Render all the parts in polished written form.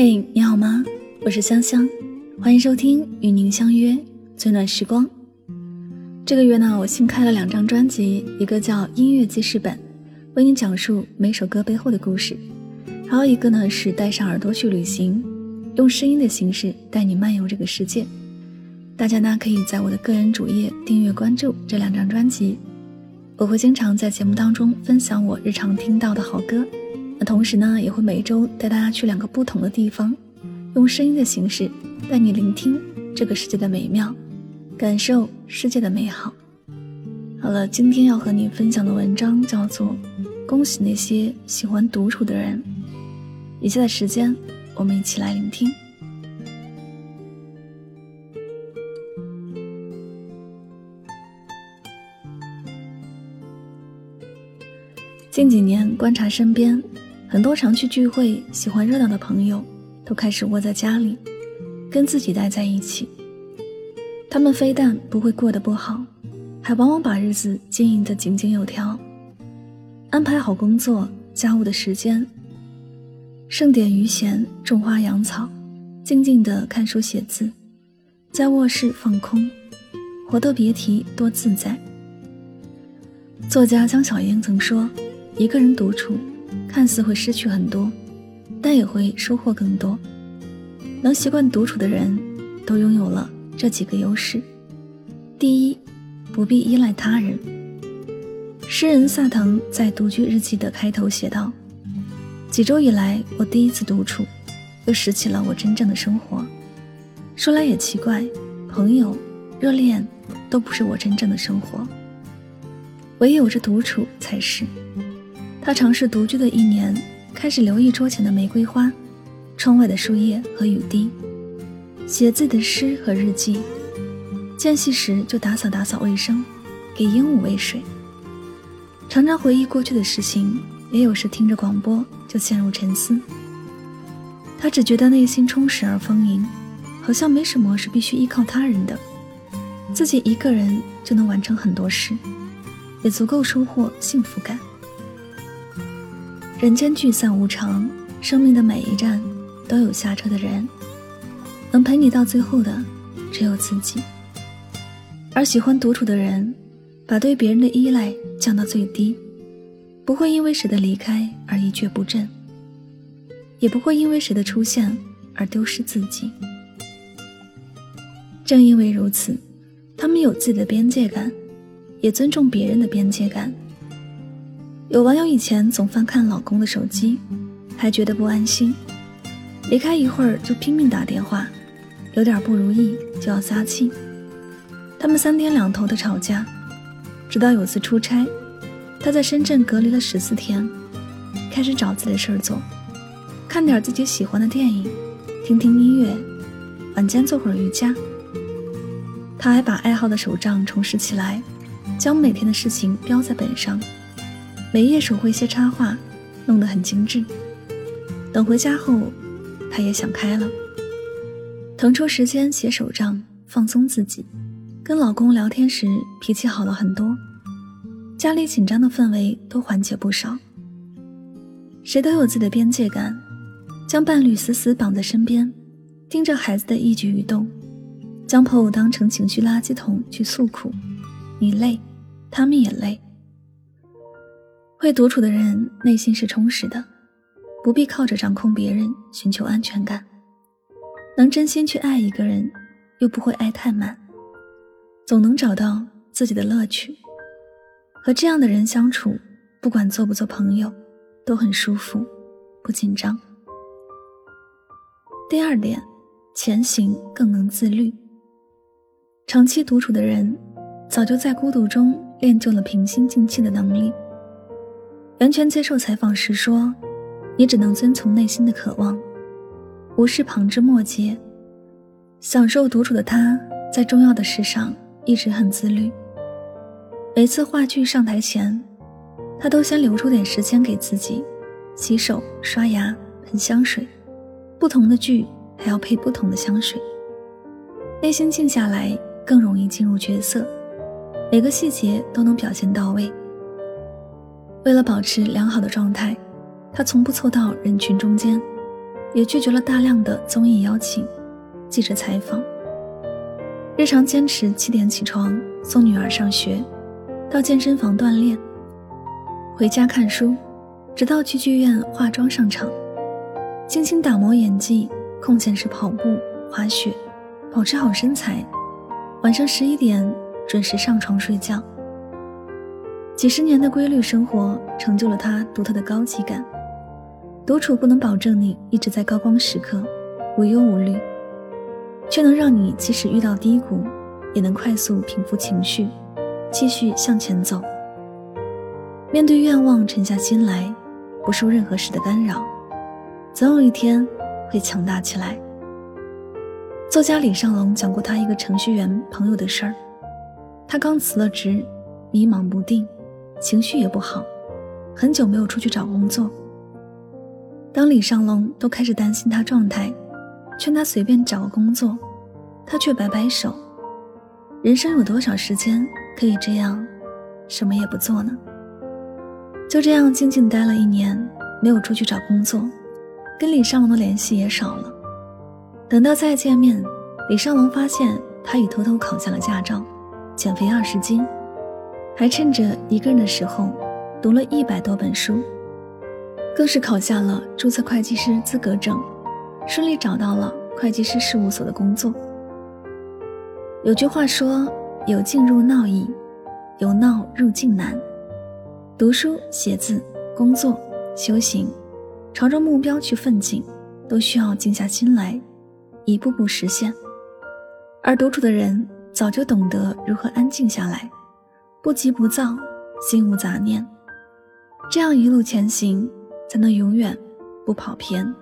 嘿，你好吗？我是香香，欢迎收听与您相约最暖时光。这个月呢，我新开了2张专辑，一个叫音乐记事本，为你讲述每首歌背后的故事，还有一个呢是带上耳朵去旅行，用声音的形式带你漫游这个世界。大家呢可以在我的个人主页订阅关注这2张专辑，我会经常在节目当中分享我日常听到的好歌，同时呢也会每周带大家去2个不同的地方，用声音的形式带你聆听这个世界的美妙，感受世界的美好。好了，今天要和你分享的文章叫做恭喜那些喜欢独处的人。以下的时间我们一起来聆听。近几年观察身边很多常去聚会喜欢热闹的朋友都开始窝在家里跟自己待在一起，他们非但不会过得不好，还往往把日子经营得井井有条，安排好工作家务的时间，盛点余弦种花养草，静静地看书写字，在卧室放空，活得别提多自在。作家江小英曾说，一个人独处看似会失去很多，但也会收获更多。能习惯独处的人都拥有了这几个优势。第一，不必依赖他人。诗人萨腾在独居日记的开头写道，几周以来我第一次独处，又拾起了我真正的生活。说来也奇怪，朋友热恋都不是我真正的生活，唯有这独处才是。他尝试独居的1年，开始留意桌前的玫瑰花，窗外的树叶和雨滴，写自己的诗和日记，间隙时就打扫卫生，给鹦鹉喂水。常常回忆过去的事情，也有时听着广播就陷入沉思。他只觉得内心充实而丰盈，好像没什么是必须依靠他人的，自己一个人就能完成很多事，也足够收获幸福感。人间聚散无常，生命的每一站都有下车的人，能陪你到最后的只有自己。而喜欢独处的人，把对别人的依赖降到最低，不会因为谁的离开而一蹶不振，也不会因为谁的出现而丢失自己。正因为如此，他们有自己的边界感，也尊重别人的边界感。有网友以前总翻看老公的手机，还觉得不安心，离开一会儿就拼命打电话，有点不如意就要撒气。他们3天2头的吵架，直到有次出差，他在深圳隔离了14天，开始找自己的事儿做，看点自己喜欢的电影，听听音乐，晚间做会儿瑜伽。他还把爱好的手账重拾起来，将每天的事情标在本上，每页手绘些插画，弄得很精致。等回家后，他也想开了，腾出时间写手账，放松自己。跟老公聊天时脾气好了很多，家里紧张的氛围都缓解不少。谁都有自己的边界感，将伴侣死死绑在身边，盯着孩子的一举一动，将朋友当成情绪垃圾桶去诉苦，你累，他们也累。会独处的人内心是充实的，不必靠着掌控别人寻求安全感，能真心去爱一个人，又不会爱太满，总能找到自己的乐趣。和这样的人相处，不管做不做朋友，都很舒服，不紧张。第2点，前行更能自律。长期独处的人，早就在孤独中练就了平心静气的能力。袁泉接受采访时说，你只能遵从内心的渴望，无视旁枝末节。享受独处的他，在重要的事上一直很自律。每次话剧上台前，他都先留出点时间给自己，洗手、刷牙、喷香水，不同的剧还要配不同的香水。内心静下来，更容易进入角色，每个细节都能表现到位。为了保持良好的状态，他从不凑到人群中间， 也拒绝了大量的综艺邀请、记者采访。日常坚持7点起床，送女儿上学，到健身房锻炼，回家看书，直到去剧院化妆上场，精心打磨演技，空闲时跑步、滑雪，保持好身材，晚上11点准时上床睡觉。几十年的规律生活成就了他独特的高级感。独处不能保证你一直在高光时刻无忧无虑，却能让你即使遇到低谷，也能快速平复情绪，继续向前走。面对愿望沉下心来，不受任何事的干扰，总有一天会强大起来。作家李尚龙讲过他一个程序员朋友的事儿。他刚辞了职，迷茫不定，情绪也不好，很久没有出去找工作。当李尚龙都开始担心他状态，劝他随便找个工作，他却摆摆手。人生有多少时间可以这样什么也不做呢？就这样静静待了1年，没有出去找工作，跟李尚龙的联系也少了。等到再见面，李尚龙发现他已偷偷考下了驾照，减肥20斤，还趁着一个人的时候读了100多本书，更是考下了注册会计师资格证，顺利找到了会计师事务所的工作。有句话说，有静入闹易，有闹入静难。读书、写字、工作、修行，朝着目标去奋进，都需要静下心来，一步步实现。而独处的人早就懂得如何安静下来，不急不躁，心无杂念，这样一路前行，才能永远不跑偏。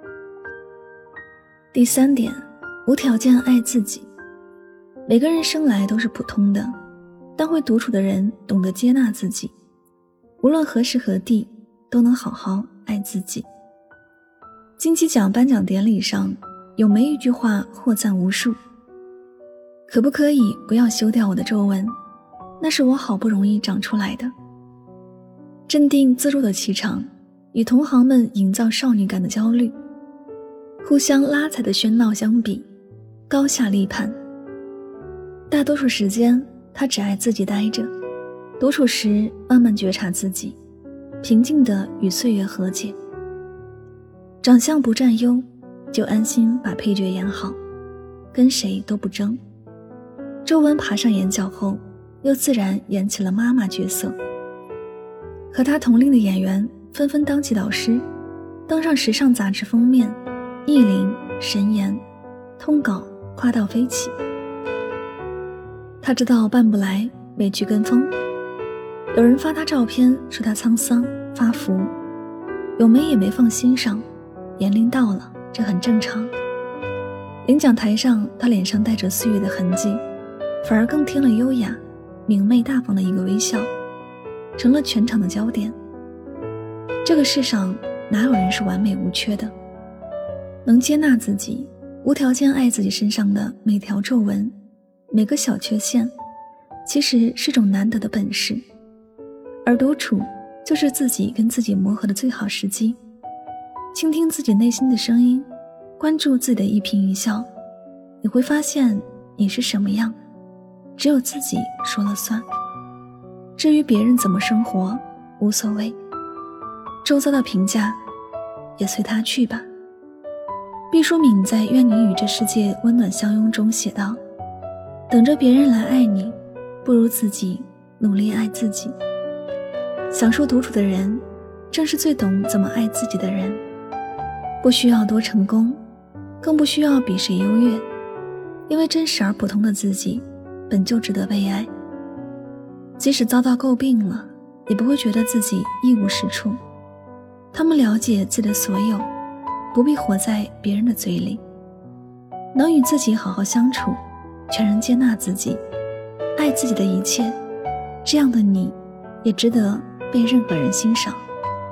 第3点，无条件爱自己。每个人生来都是普通的，但会独处的人懂得接纳自己，无论何时何地都能好好爱自己。金鸡奖颁奖典礼上，有没一句话获赞无数：可不可以不要修掉我的皱纹，那是我好不容易长出来的。镇定自若的气场，与同行们营造少女感的焦虑，互相拉踩的喧闹相比，高下立判。大多数时间他只爱自己待着，独处时慢慢觉察自己，平静地与岁月和解。长相不占优，就安心把配角演好，跟谁都不争。皱纹爬上眼角后，又自然演起了妈妈角色。和他同龄的演员纷纷当起导师，登上时尚杂志封面，意林、神颜，通稿夸到飞起。他知道办不来，委屈跟风。有人发他照片说他沧桑发福，有没也没放心上，年龄到了，这很正常。领奖台上，他脸上带着岁月的痕迹，反而更添了优雅、明媚大方的一个微笑，成了全场的焦点。这个世上哪有人是完美无缺的？能接纳自己，无条件爱自己身上的每条皱纹，每个小缺陷，其实是种难得的本事。而独处就是自己跟自己磨合的最好时机。倾听自己内心的声音，关注自己的一颦一笑，你会发现你是什么样，只有自己说了算。至于别人怎么生活，无所谓，周遭的评价也随他去吧。毕淑敏在《愿你与这世界温暖相拥》中写道，等着别人来爱你，不如自己努力爱自己。享受独处的人，正是最懂怎么爱自己的人。不需要多成功，更不需要比谁优越，因为真实而普通的自己本就值得被爱。即使遭到诟病了，也不会觉得自己一无是处。他们了解自己的所有，不必活在别人的嘴里。能与自己好好相处，全然接纳自己，爱自己的一切，这样的你也值得被任何人欣赏。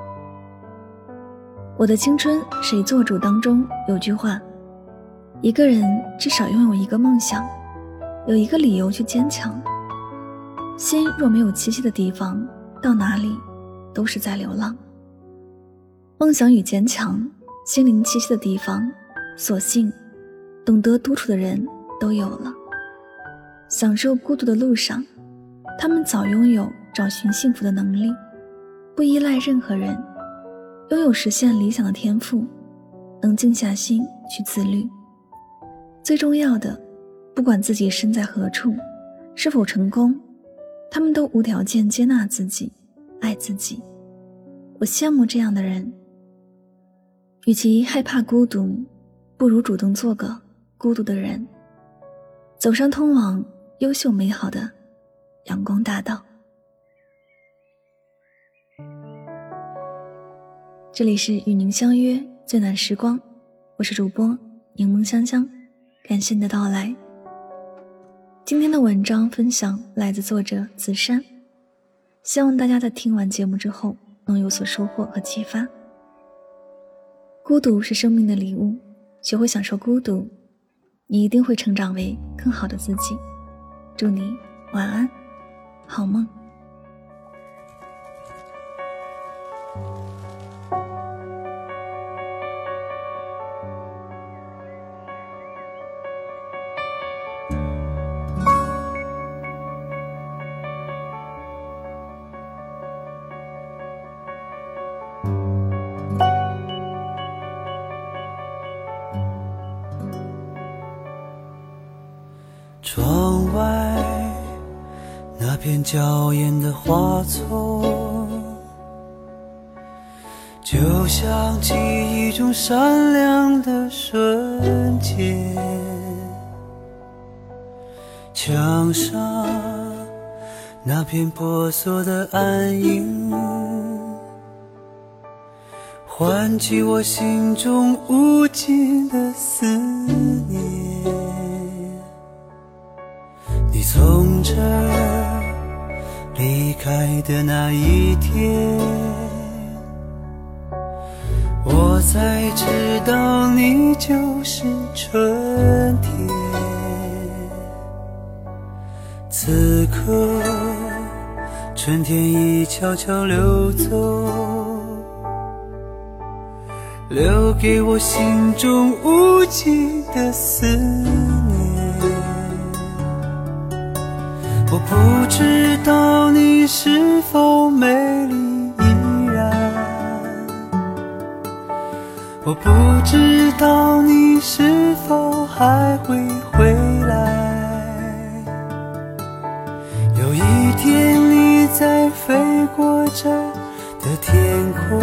我的青春谁做主当中有句话，一个人至少拥有一个梦想，有一个理由去坚强。心若没有栖息的地方，到哪里都是在流浪。梦想与坚强心灵栖息的地方，所幸懂得独处的人都有了。享受孤独的路上，他们早拥有找寻幸福的能力，不依赖任何人，拥有实现理想的天赋，能静下心去自律。最重要的，不管自己身在何处，是否成功，他们都无条件接纳自己，爱自己。我羡慕这样的人。与其害怕孤独，不如主动做个孤独的人，走上通往优秀美好的阳光大道。这里是与您相约最暖时光，我是主播柠檬香香，感谢你的到来。今天的文章分享来自作者子珊，希望大家在听完节目之后能有所收获和启发。孤独是生命的礼物，学会享受孤独，你一定会成长为更好的自己。祝你晚安，好梦。 窗外那片娇艳的花丛，就像记忆中闪亮的瞬间。墙上那片婆娑的暗影，唤起我心中无尽的思念。你从这儿离开的那一天，我才知道你就是春天。此刻春天已悄悄溜走，留给我心中无尽的思念。我不知道你是否美丽依然，我不知道你是否还会回来。有一天你在飞过这的天空，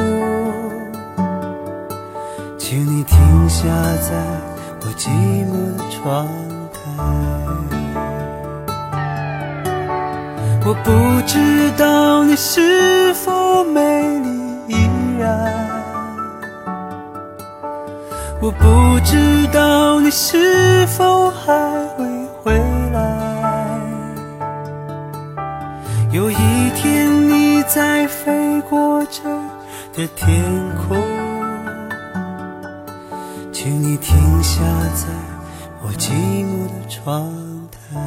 请你停下在我寂寞的窗台。我不知道你是否美丽依然，我不知道你是否还会回来。有一天你在飞过这的天空，请你停下在我寂寞的窗台。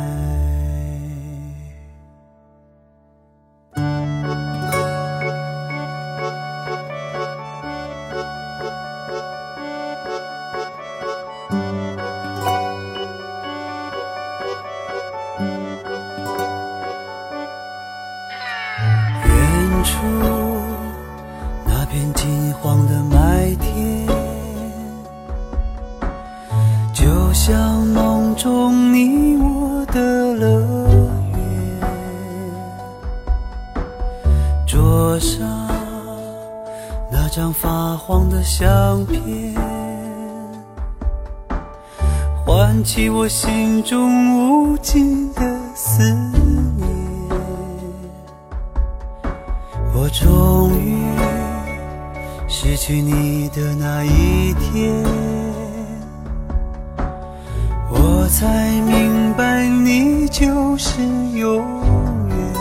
远处那片金黄的麦田，就像梦中你我的乐园。桌上那张发黄的相片，唤起我心中无尽的思念。我终于失去你的那一天，我才明白你就是永远。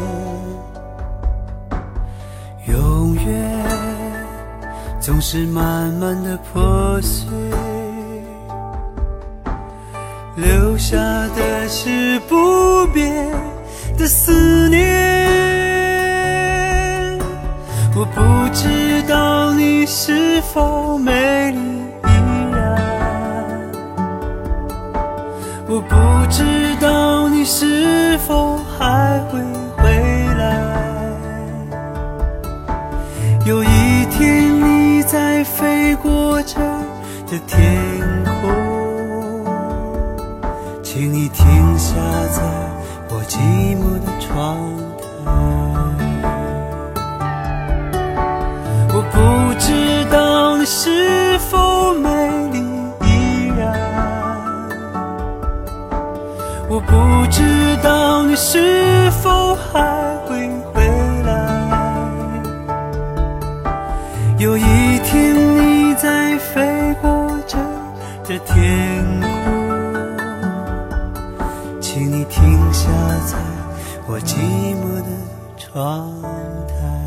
永远总是慢慢的破碎，留下的是不变的思念。 我不知道你是否美丽依然，我不知道你是否还会回来。有一天你在飞过这天空，请你停下在我寂寞的窗台。我不知道你是否美丽依然，我不知道你是否还会回来。有一天你在飞过这天空，请你停下在我寂寞的窗台。